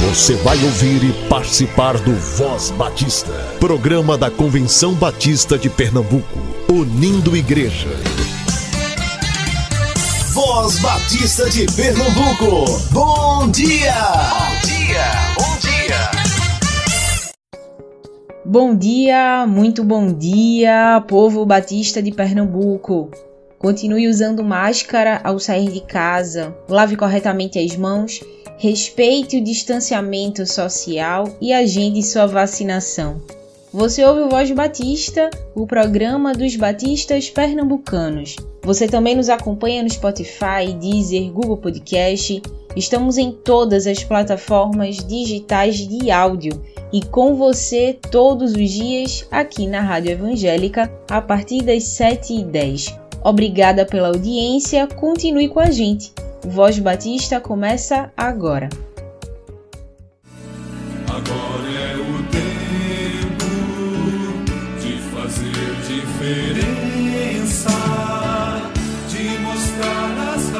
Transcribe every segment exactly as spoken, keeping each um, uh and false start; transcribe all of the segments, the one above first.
Você vai ouvir e participar do Voz Batista, programa da Convenção Batista de Pernambuco, unindo igreja. Voz Batista de Pernambuco, bom dia! Bom dia, bom dia! Bom dia, muito bom dia, povo batista de Pernambuco. Continue usando máscara ao sair de casa, lave corretamente as mãos, respeite o distanciamento social e agende sua vacinação. Você ouve o Voz Batista, o programa dos batistas pernambucanos. Você também nos acompanha no Spotify, Deezer, Google Podcast. Estamos em todas as plataformas digitais de áudio e com você todos os dias aqui na Rádio Evangélica a partir das sete e dez. Obrigada pela audiência, continue com a gente. O Voz Batista começa agora. Agora é o tempo de fazer diferença, de mostrar as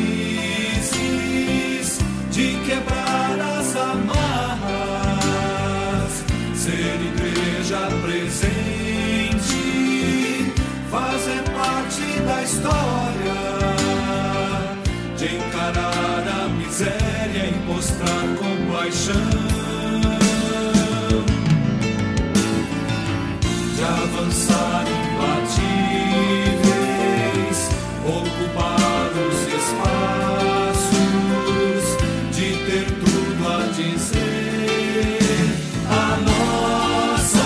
raízes, de quebrar as amarras, ser igreja presente, fazer parte da história, de encarar a miséria e mostrar compaixão, de avançar imbatíveis, ocupar os espaços, de ter tudo a dizer, a nossa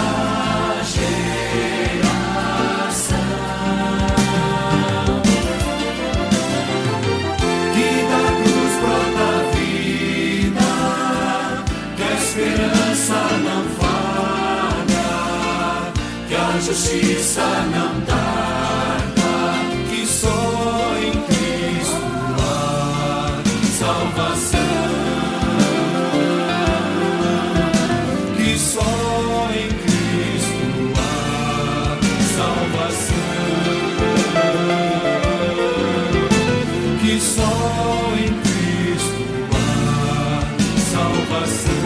geração, que da cruz brota a vida, que a esperança não falha, que a justiça não tarda, que só em Cristo há salvação, que só em Cristo há salvação, que só em Cristo há salvação.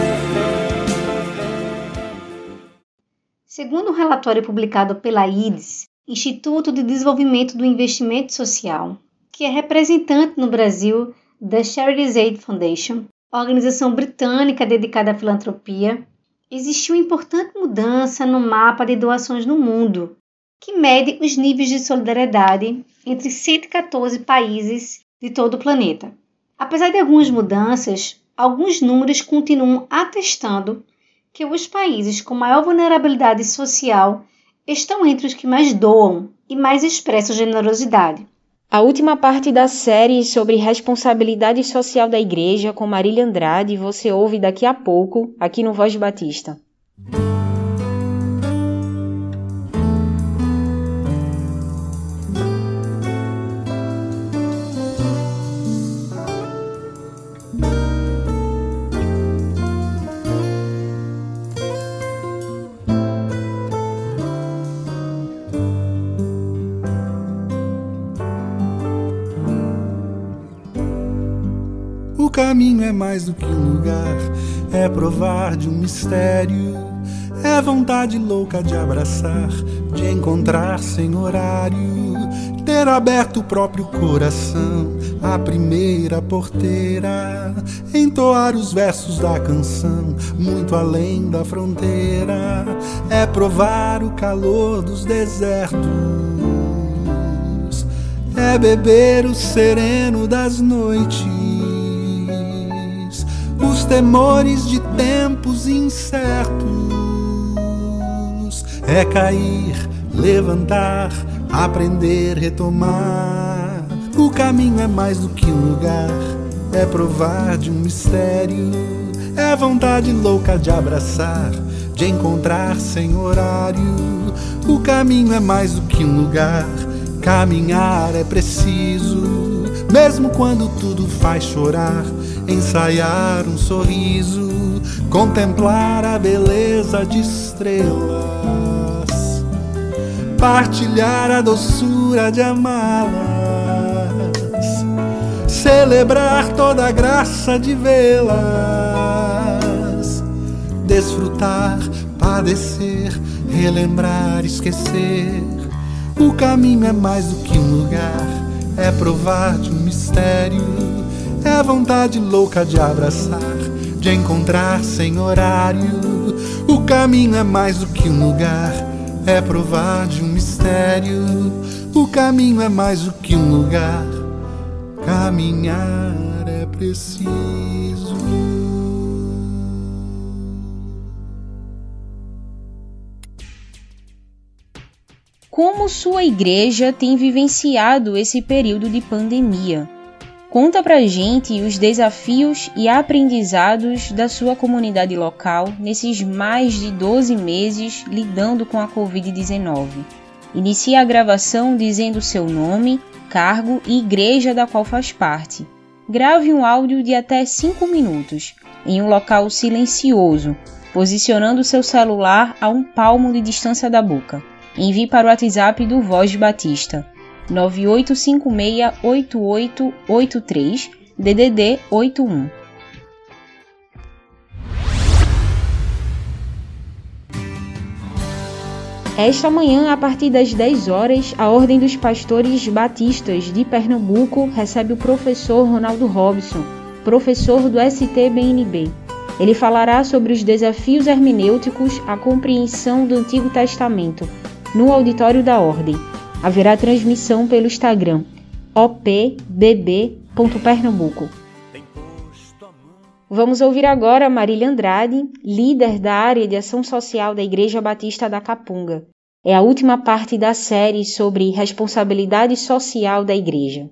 Segundo um relatório publicado pela I D S, Instituto de Desenvolvimento do Investimento Social, que é representante no Brasil da Charities Aid Foundation, organização britânica dedicada à filantropia, existiu importante mudança no mapa de doações no mundo, que mede os níveis de solidariedade entre cento e catorze países de todo o planeta. Apesar de algumas mudanças, alguns números continuam atestando que os países com maior vulnerabilidade social estão entre os que mais doam e mais expressam generosidade. A última parte da série sobre responsabilidade social da igreja com Marília Andrade você ouve daqui a pouco aqui no Voz Batista. O caminho é mais do que um lugar, é provar de um mistério, é vontade louca de abraçar, de encontrar sem horário, ter aberto o próprio coração, a primeira porteira, entoar os versos da canção, muito além da fronteira, é provar o calor dos desertos, é beber o sereno das noites, os temores de tempos incertos, é cair, levantar, aprender, retomar. O caminho é mais do que um lugar, é provar de um mistério, é vontade louca de abraçar, de encontrar sem horário. O caminho é mais do que um lugar, caminhar é preciso, mesmo quando tudo faz chorar, ensaiar um sorriso, contemplar a beleza de estrelas, partilhar a doçura de amá-las, celebrar toda a graça de vê-las, desfrutar, padecer, relembrar, esquecer. O caminho é mais do que um lugar, é provar de um mistério, é vontade louca de abraçar, de encontrar sem horário. O caminho é mais do que um lugar, é provar de um mistério. O caminho é mais do que um lugar, caminhar é preciso. Como sua igreja tem vivenciado esse período de pandemia? Conta pra gente os desafios e aprendizados da sua comunidade local nesses mais de doze meses lidando com a covid dezenove. Inicie a gravação dizendo seu nome, cargo e igreja da qual faz parte. Grave um áudio de até cinco minutos, em um local silencioso, posicionando seu celular a um palmo de distância da boca. Envie para o WhatsApp do Voz Batista, nove oito cinco seis oito oito oito três, D D D oito um. Esta manhã, a partir das dez horas, a Ordem dos Pastores Batistas de Pernambuco recebe o professor Ronaldo Robson, professor do S T B N B. Ele falará sobre os desafios hermenêuticos à compreensão do Antigo Testamento, no auditório da Ordem. Haverá transmissão pelo Instagram, o p b b ponto pernambuco. Vamos ouvir agora Marília Andrade, líder da área de ação social da Igreja Batista da Capunga. É a última parte da série sobre responsabilidade social da igreja.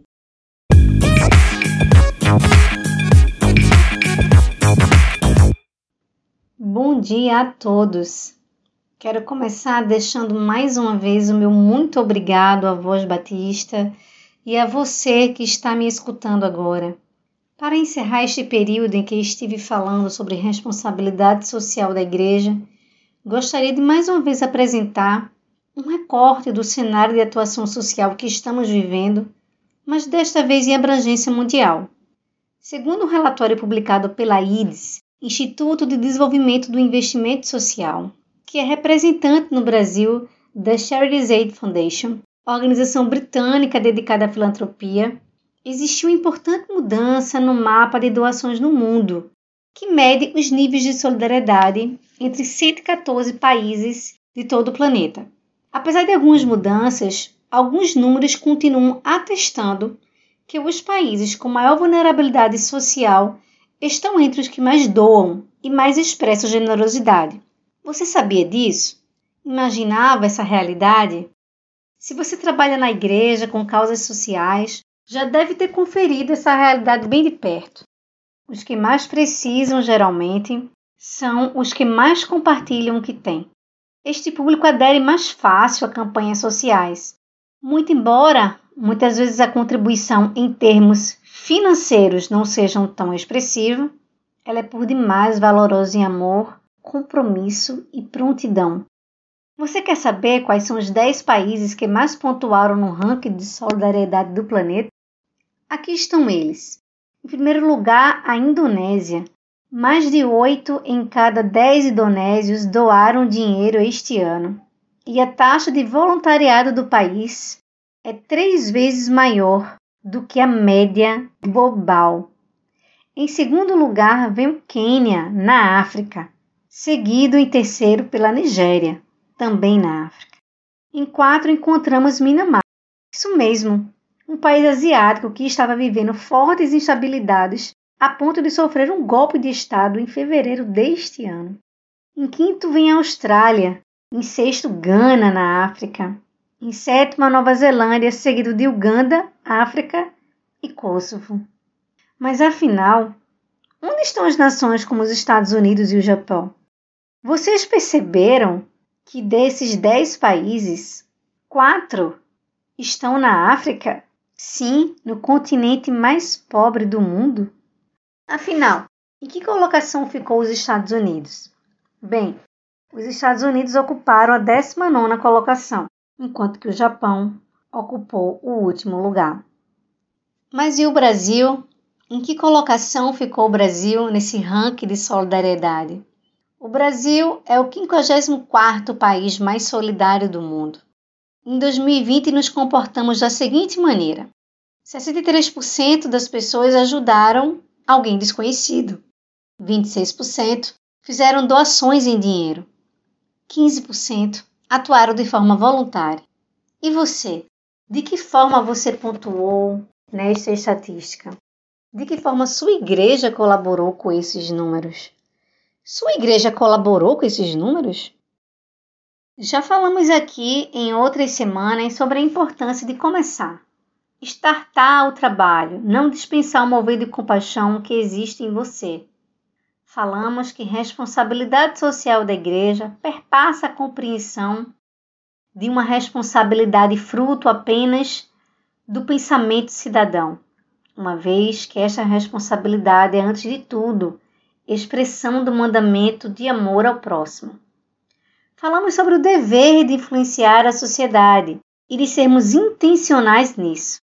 Bom dia a todos! Quero começar deixando mais uma vez o meu muito obrigado à Voz Batista e a você que está me escutando agora. Para encerrar este período em que estive falando sobre responsabilidade social da igreja, gostaria de mais uma vez apresentar um recorte do cenário de atuação social que estamos vivendo, mas desta vez em abrangência mundial. Segundo um relatório publicado pela I D S, Instituto de Desenvolvimento do Investimento Social, que é representante no Brasil da Charities Aid Foundation, organização britânica dedicada à filantropia, existiu importante mudança no mapa de doações no mundo, que mede os níveis de solidariedade entre cento e quatorze países de todo o planeta. Apesar de algumas mudanças, alguns números continuam atestando que os países com maior vulnerabilidade social estão entre os que mais doam e mais expressam generosidade. Você sabia disso? Imaginava essa realidade? Se você trabalha na igreja com causas sociais, já deve ter conferido essa realidade bem de perto. Os que mais precisam, geralmente, são os que mais compartilham o que têm. Este público adere mais fácil a campanhas sociais. Muito embora, muitas vezes, a contribuição em termos financeiros não seja tão expressiva, ela é por demais valorosa em amor, compromisso e prontidão. Você quer saber quais são os dez países que mais pontuaram no ranking de solidariedade do planeta? Aqui estão eles. Em primeiro lugar, a Indonésia. Mais de oito em cada dez indonésios doaram dinheiro este ano. E a taxa de voluntariado do país é três vezes maior do que a média global. Em segundo lugar, vem o Quênia, na África, seguido em terceiro pela Nigéria, também na África. Em quarto, encontramos Myanmar. Isso mesmo, um país asiático que estava vivendo fortes instabilidades a ponto de sofrer um golpe de Estado em fevereiro deste ano. Em quinto, vem a Austrália. Em sexto, Gana, na África. Em sétimo, a Nova Zelândia, seguido de Uganda, África e Kosovo. Mas afinal, onde estão as nações como os Estados Unidos e o Japão? Vocês perceberam que desses dez países, quatro estão na África? Sim, no continente mais pobre do mundo. Afinal, em que colocação ficou os Estados Unidos? Bem, os Estados Unidos ocuparam a décima nona colocação, enquanto que o Japão ocupou o último lugar. Mas e o Brasil? Em que colocação ficou o Brasil nesse ranking de solidariedade? O Brasil é o quinquagésimo quarto país mais solidário do mundo. Em dois mil e vinte, nos comportamos da seguinte maneira: sessenta e três por cento das pessoas ajudaram alguém desconhecido, vinte e seis por cento fizeram doações em dinheiro, quinze por cento atuaram de forma voluntária. E você? De que forma você pontuou nesta estatística? De que forma sua igreja colaborou com esses números? Sua igreja colaborou com esses números? Já falamos aqui em outras semanas sobre a importância de começar. Startar o trabalho, não dispensar o mover de compaixão que existe em você. Falamos que responsabilidade social da igreja perpassa a compreensão de uma responsabilidade fruto apenas do pensamento cidadão, uma vez que esta responsabilidade é, antes de tudo, expressão do mandamento de amor ao próximo. Falamos sobre o dever de influenciar a sociedade e de sermos intencionais nisso.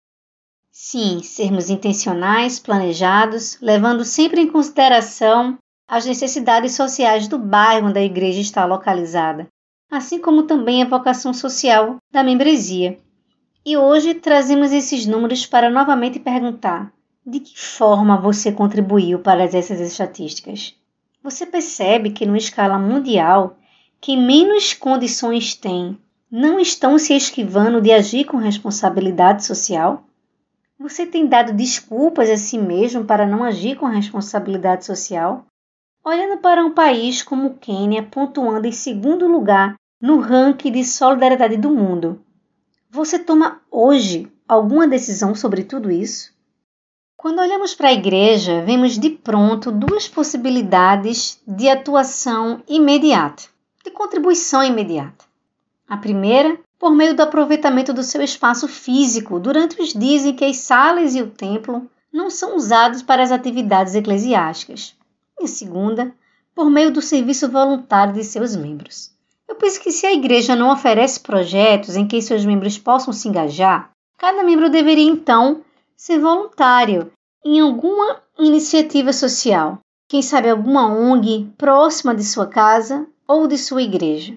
Sim, sermos intencionais, planejados, levando sempre em consideração as necessidades sociais do bairro onde a igreja está localizada, assim como também a vocação social da membresia. E hoje trazemos esses números para novamente perguntar: de que forma você contribuiu para essas estatísticas? Você percebe que, numa escala mundial, quem menos condições tem não estão se esquivando de agir com responsabilidade social? Você tem dado desculpas a si mesmo para não agir com responsabilidade social? Olhando para um país como o Quênia, pontuando em segundo lugar no ranking de solidariedade do mundo, você toma hoje alguma decisão sobre tudo isso? Quando olhamos para a igreja, vemos de pronto duas possibilidades de atuação imediata, de contribuição imediata. A primeira, por meio do aproveitamento do seu espaço físico durante os dias em que as salas e o templo não são usados para as atividades eclesiásticas. E a segunda, por meio do serviço voluntário de seus membros. Eu penso que se a igreja não oferece projetos em que seus membros possam se engajar, cada membro deveria então ser voluntário em alguma iniciativa social, quem sabe alguma O N G próxima de sua casa ou de sua igreja.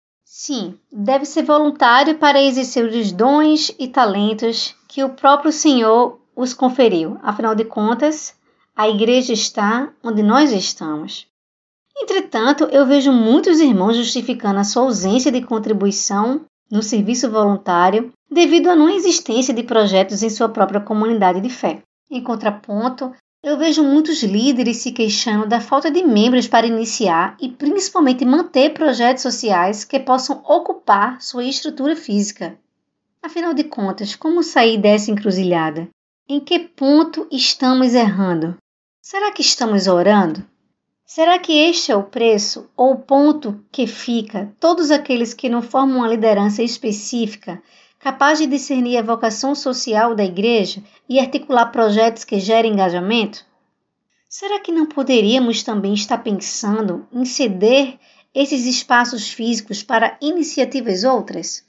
Sim, deve ser voluntário para exercer os dons e talentos que o próprio Senhor os conferiu. Afinal de contas, a igreja está onde nós estamos. Entretanto, eu vejo muitos irmãos justificando a sua ausência de contribuição no serviço voluntário devido à não existência de projetos em sua própria comunidade de fé. Em contraponto, eu vejo muitos líderes se queixando da falta de membros para iniciar e principalmente manter projetos sociais que possam ocupar sua estrutura física. Afinal de contas, como sair dessa encruzilhada? Em que ponto estamos errando? Será que estamos orando? Será que este é o preço ou o ponto que fica todos aqueles que não formam uma liderança específica, capaz de discernir a vocação social da igreja e articular projetos que gerem engajamento? Será que não poderíamos também estar pensando em ceder esses espaços físicos para iniciativas outras?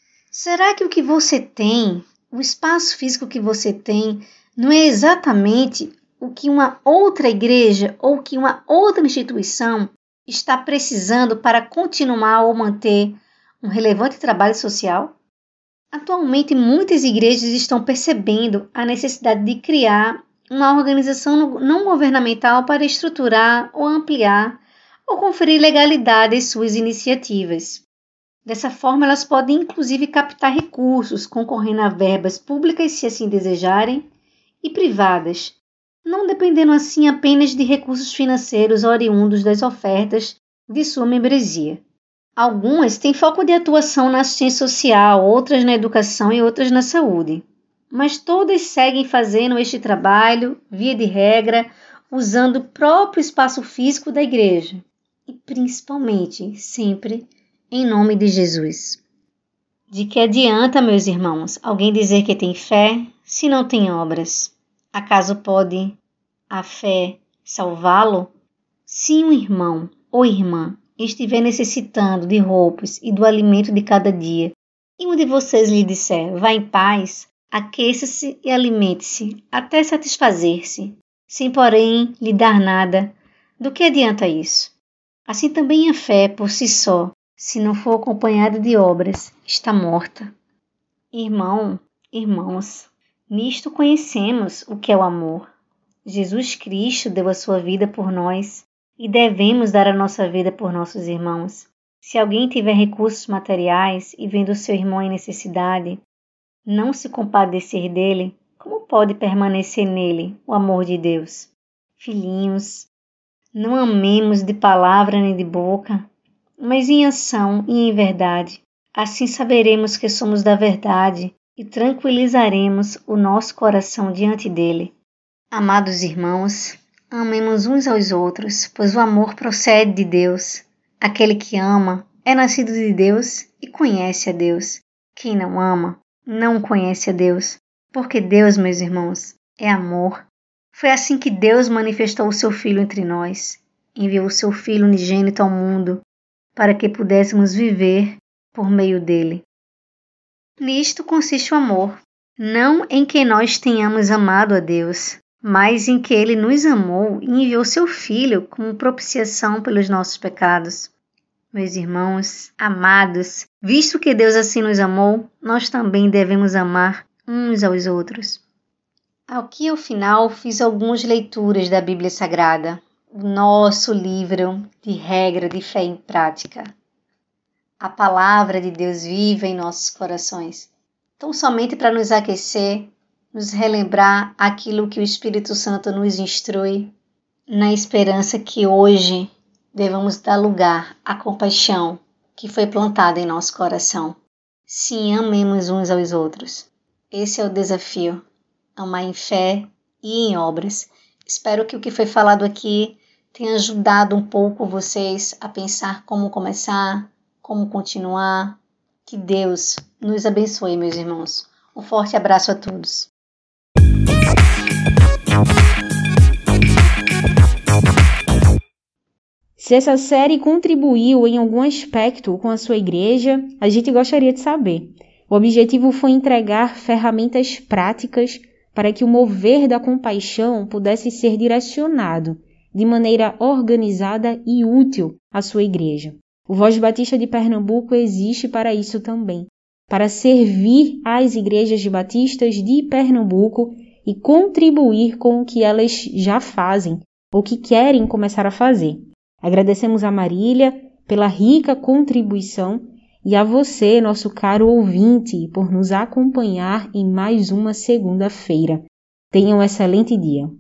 Será que o que você tem, o espaço físico que você tem, não é exatamente o que uma outra igreja ou que uma outra instituição está precisando para continuar ou manter um relevante trabalho social? Atualmente, muitas igrejas estão percebendo a necessidade de criar uma organização não governamental para estruturar ou ampliar ou conferir legalidade às suas iniciativas. Dessa forma, elas podem inclusive captar recursos, concorrendo a verbas públicas, se assim desejarem, e privadas, não dependendo assim apenas de recursos financeiros oriundos das ofertas de sua membresia. Algumas têm foco de atuação na assistência social, outras na educação e outras na saúde. Mas todas seguem fazendo este trabalho, via de regra, usando o próprio espaço físico da igreja. E principalmente, sempre, em nome de Jesus. De que adianta, meus irmãos, alguém dizer que tem fé se não tem obras? Acaso pode a fé salvá-lo? Se um irmão ou irmã estiver necessitando de roupas e do alimento de cada dia, e um de vocês lhe disser, vá em paz, aqueça-se e alimente-se, até satisfazer-se, sem porém lhe dar nada, do que adianta isso? Assim também a fé, por si só, se não for acompanhada de obras, está morta. Irmão, irmãos, nisto conhecemos o que é o amor. Jesus Cristo deu a sua vida por nós e devemos dar a nossa vida por nossos irmãos. Se alguém tiver recursos materiais e vendo seu irmão em necessidade, não se compadecer dele, como pode permanecer nele o amor de Deus? Filhinhos, não amemos de palavra nem de boca, mas em ação e em verdade. Assim saberemos que somos da verdade e tranquilizaremos o nosso coração diante dele. Amados irmãos, amemos uns aos outros, pois o amor procede de Deus. Aquele que ama é nascido de Deus e conhece a Deus. Quem não ama, não conhece a Deus, porque Deus, meus irmãos, é amor. Foi assim que Deus manifestou o seu Filho entre nós, enviou o seu Filho unigênito ao mundo, para que pudéssemos viver por meio dele. Nisto consiste o amor, não em que nós tenhamos amado a Deus, mas em que ele nos amou e enviou seu Filho como propiciação pelos nossos pecados. Meus irmãos, amados, visto que Deus assim nos amou, nós também devemos amar uns aos outros. Aqui ao final fiz algumas leituras da Bíblia Sagrada, o nosso livro de regra de fé em prática. A palavra de Deus vive em nossos corações. Então, somente para nos aquecer, nos relembrar aquilo que o Espírito Santo nos instrui, na esperança que hoje devamos dar lugar à compaixão que foi plantada em nosso coração. Sim, amemos uns aos outros. Esse é o desafio, amar em fé e em obras. Espero que o que foi falado aqui tenha ajudado um pouco vocês a pensar como começar, como continuar. Que Deus nos abençoe, meus irmãos. Um forte abraço a todos. Se essa série contribuiu em algum aspecto com a sua igreja, a gente gostaria de saber. O objetivo foi entregar ferramentas práticas para que o mover da compaixão pudesse ser direcionado de maneira organizada e útil à sua igreja. O Voz Batista de Pernambuco existe para isso também, para servir às igrejas batistas de Pernambuco e contribuir com o que elas já fazem ou que querem começar a fazer. Agradecemos a Marília pela rica contribuição e a você, nosso caro ouvinte, por nos acompanhar em mais uma segunda-feira. Tenha um excelente dia.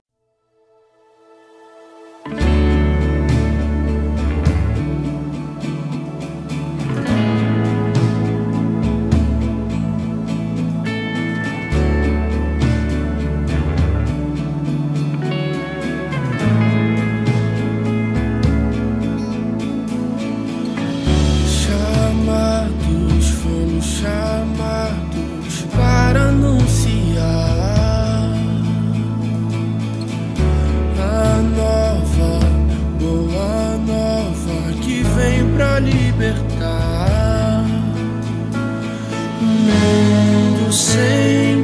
Libertar um mundo sem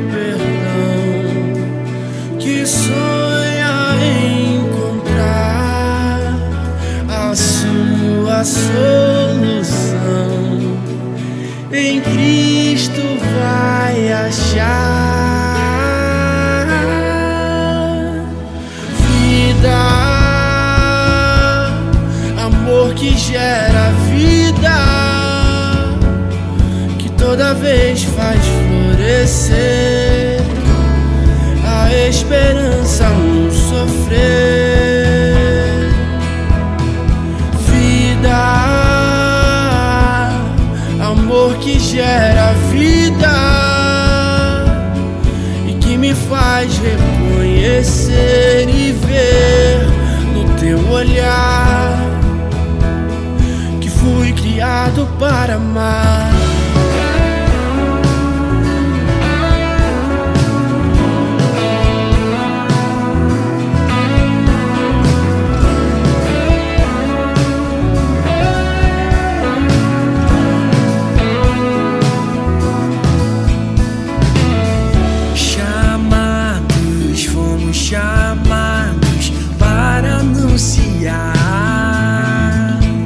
perdão que sonha encontrar a sua solução em Cristo vai achar vida, amor que gera vida, que toda vez faz florescer a esperança no sofrer. Vida, amor que gera vida e que me faz reconhecer e ver no teu olhar que fui criado para amar. Chamados, fomos chamados para anunciar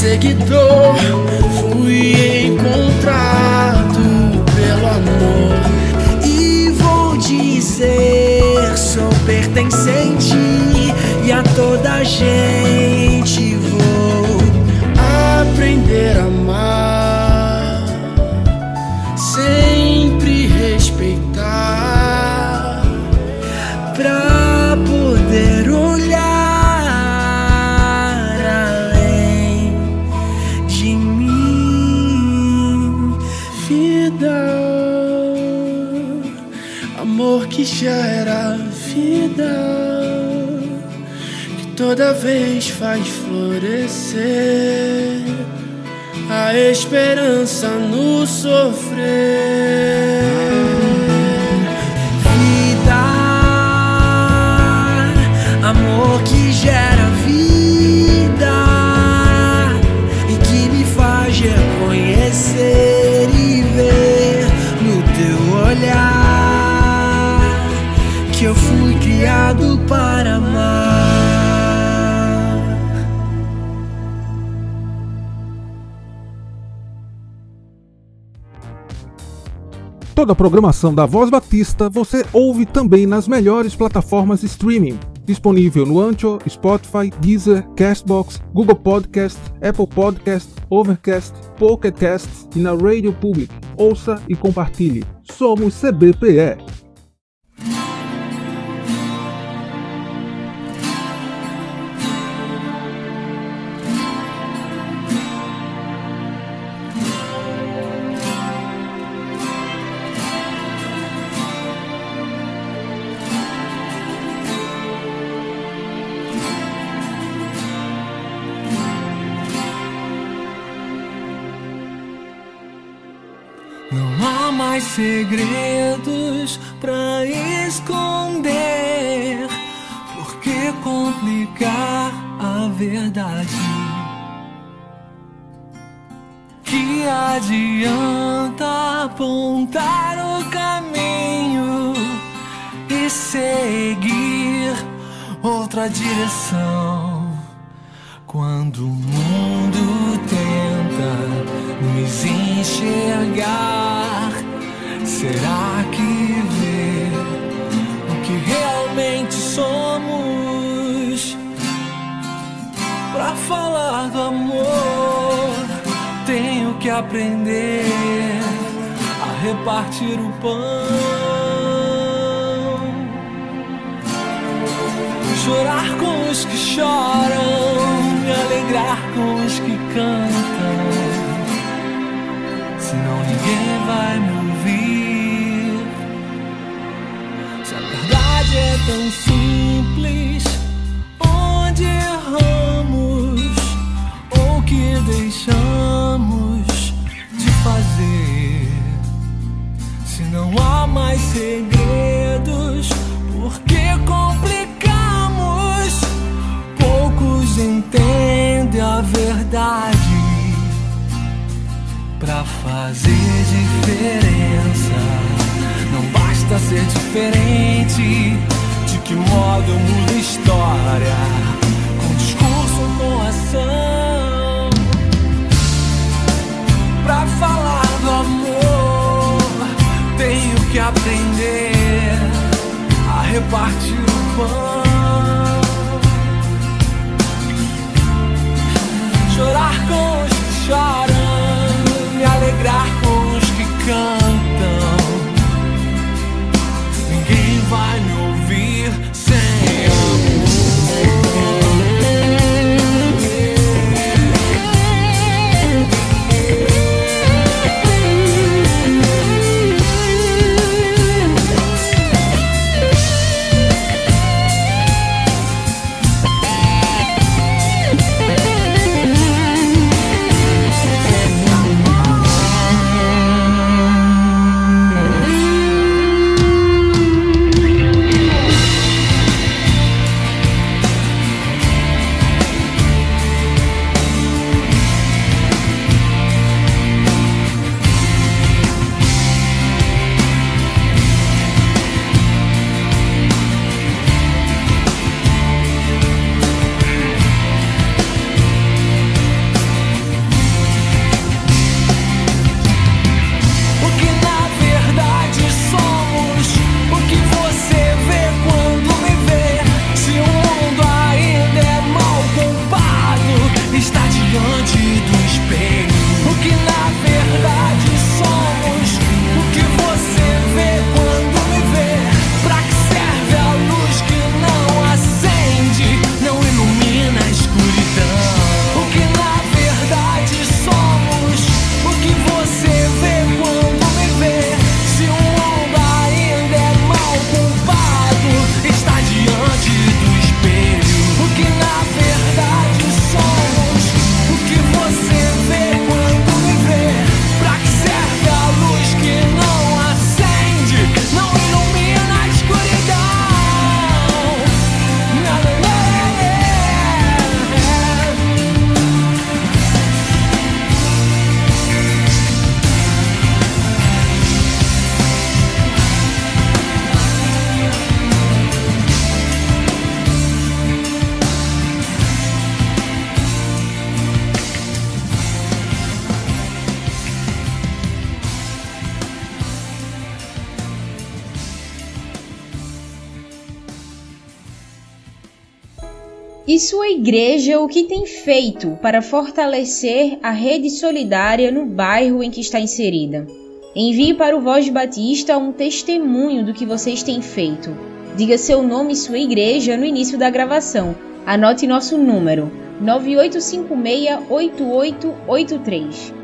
seguidor, fui encontrado pelo amor. E vou dizer, sou pertencente, e a toda a gente vou aprender a amar, sempre respeitar, pra poder olhar além de mim. Vida, amor que gera vida, que toda vez faz florescer a esperança no sofrer. Vida, amor que gera vida e que me faz reconhecer e ver no teu olhar que eu fui criado para amar. Toda a programação da Voz Batista você ouve também nas melhores plataformas de streaming. Disponível no Anchor, Spotify, Deezer, Castbox, Google Podcast, Apple Podcast, Overcast, Pocket Cast e na Radio Public. Ouça e compartilhe. Somos C B P E. Não há mais segredos pra esconder. Por que complicar a verdade? Que adianta apontar o caminho e seguir outra direção quando o mundo tenta nos enxergar? Será que vê o que realmente somos? Pra falar do amor, tenho que aprender a repartir o pão, chorar com os que choram, me alegrar com os que cantam. Senão ninguém vai me ouvir. Se a verdade é tão simples, onde erramos ou que deixamos de fazer? Se não há mais segredos, por que complicamos? Poucos entendem a verdade. Pra fazer diferença, não basta ser diferente. De que modo eu mudo a história? Com discurso ou com ação? Pra falar do amor, tenho que aprender a repartir o pão, chorar com os que choram, me alegrar com os que cantam. Ninguém vai me ouvir sem amor. E sua igreja o que tem feito para fortalecer a rede solidária no bairro em que está inserida? Envie para o Voz Batista um testemunho do que vocês têm feito. Diga seu nome e sua igreja no início da gravação. Anote nosso número nove oito cinco seis, oito oito oito três.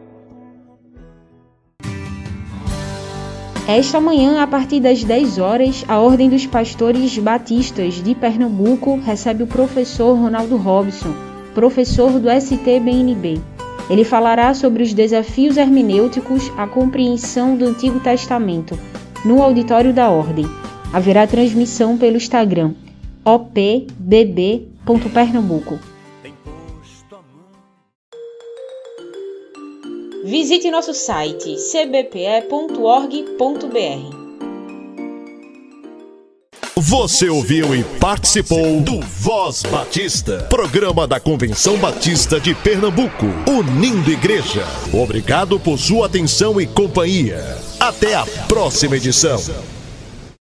Esta manhã, a partir das dez horas, a Ordem dos Pastores Batistas de Pernambuco recebe o professor Ronaldo Robson, professor do S T B N B. Ele falará sobre os desafios hermenêuticos à compreensão do Antigo Testamento, no auditório da Ordem. Haverá transmissão pelo Instagram, o p b b ponto pernambuco. Visite nosso site c b p e ponto org ponto b r. Você ouviu e participou do Voz Batista, programa da Convenção Batista de Pernambuco, unindo igreja. Obrigado por sua atenção e companhia. Até a próxima edição.